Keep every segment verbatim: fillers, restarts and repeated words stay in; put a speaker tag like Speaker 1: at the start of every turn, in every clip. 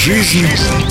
Speaker 1: Жизнь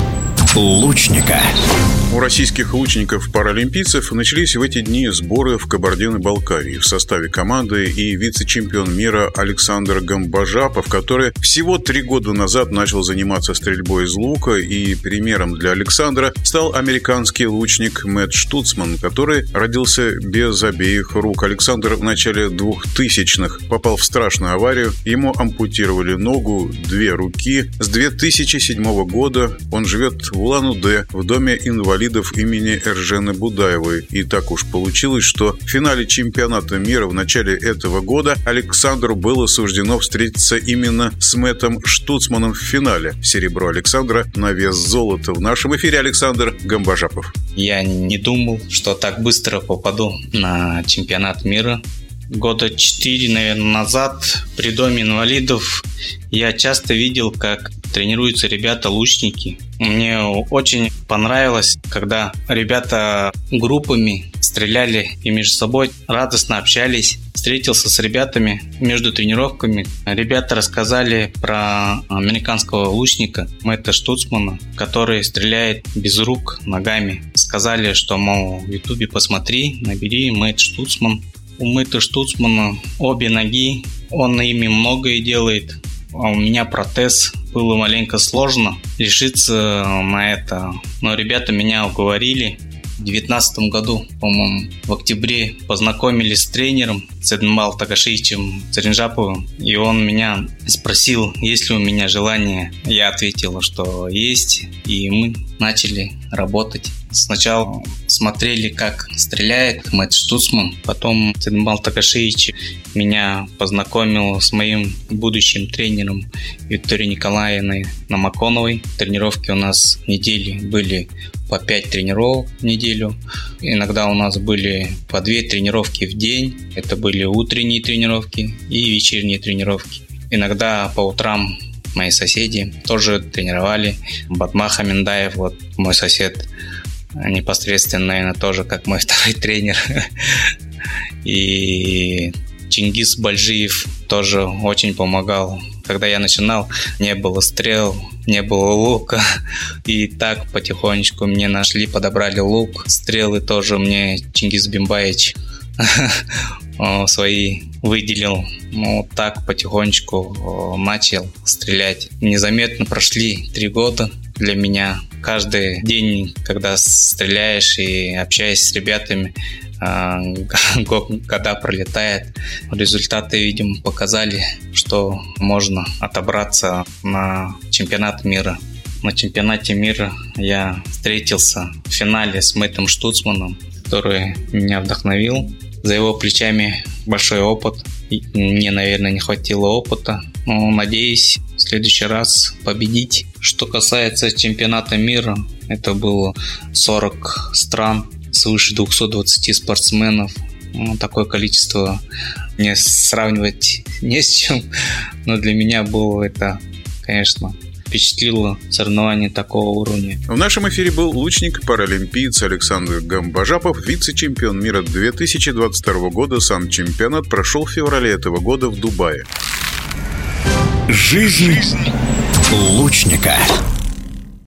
Speaker 1: лучника.
Speaker 2: У российских лучников-паралимпийцев начались в эти дни сборы в Кабардино-Балкарии. В составе команды и вице-чемпион мира Александр Гамбажапов, который всего три года назад начал заниматься стрельбой из лука, и примером для Александра стал американский лучник Мэтт Штуцман, который родился без обеих рук. Александр в начале двухтысячных попал в страшную аварию, ему ампутировали ногу, две руки. С две тысячи седьмого года он живет в Улан-Удэ в доме инвалидов имени Эржены Будаевой. И так уж получилось, что в финале чемпионата мира в начале этого года Александру было суждено встретиться именно с Мэттом Штуцманом в финале. Серебро Александра на вес золота. В нашем эфире Александр Гамбажапов.
Speaker 3: Я не думал, что так быстро попаду на чемпионат мира. Года четыре, наверное, назад при доме инвалидов я часто видел, как тренируются ребята-лучники. Мне очень понравилось, когда ребята группами стреляли и между собой радостно общались. Встретился с ребятами между тренировками. Ребята рассказали про американского лучника Мэтта Штуцмана, который стреляет без рук, ногами. Сказали, что, мол, в ютубе посмотри, набери Мэтт Штуцман. У Мэтта Штуцмана обе ноги, он ими многое делает, а у меня протез. Было маленько сложно решиться на это, но ребята меня уговорили. В две тысячи девятнадцатом году, по-моему, в октябре познакомились с тренером Цедмал Тагашевичем Царинжаповым, и он меня спросил, есть ли у меня желание. Я ответил, что есть, и мы начали работать. Сначала смотрели, как стреляет Мэтт Штуцман, потом Цедмал Тагашевич меня познакомил с моим будущим тренером Викторией Николаевной Намаконовой. Тренировки у нас недели были по пять тренировок в неделю. Иногда у нас были по две тренировки в день. Это были утренние тренировки и вечерние тренировки. Иногда по утрам мои соседи тоже тренировали. Батмах Аминдаев, вот мой сосед, непосредственно, наверное, тоже как мой второй тренер. И Чингис Бальжиев тоже очень помогал. Когда я начинал, не было стрел, не было лука. И так потихонечку мне нашли, подобрали лук. Стрелы тоже мне Чингис Бимбаевич свои выделил. Ну, так потихонечку начал стрелять. Незаметно прошли три года для меня. Каждый день, когда стреляешь и общаешься с ребятами, года пролетает. Результаты, видимо, показали, что можно отобраться на чемпионат мира. На чемпионате мира я встретился в финале с Мэттом Штуцманом, который меня вдохновил. За его плечами большой опыт. И мне, наверное, не хватило опыта. Но надеюсь в следующий раз победить. Что касается чемпионата мира, это было сорок стран, свыше двести двадцать спортсменов. Ну, такое количество мне сравнивать не с чем. Но для меня было это, конечно, впечатлило соревнование такого уровня.
Speaker 2: В нашем эфире был лучник-паралимпиец Александр Гамбажапов, вице-чемпион мира две тысячи двадцать второго года. Сам чемпионат прошел в феврале этого года в Дубае.
Speaker 1: Жизнь лучника.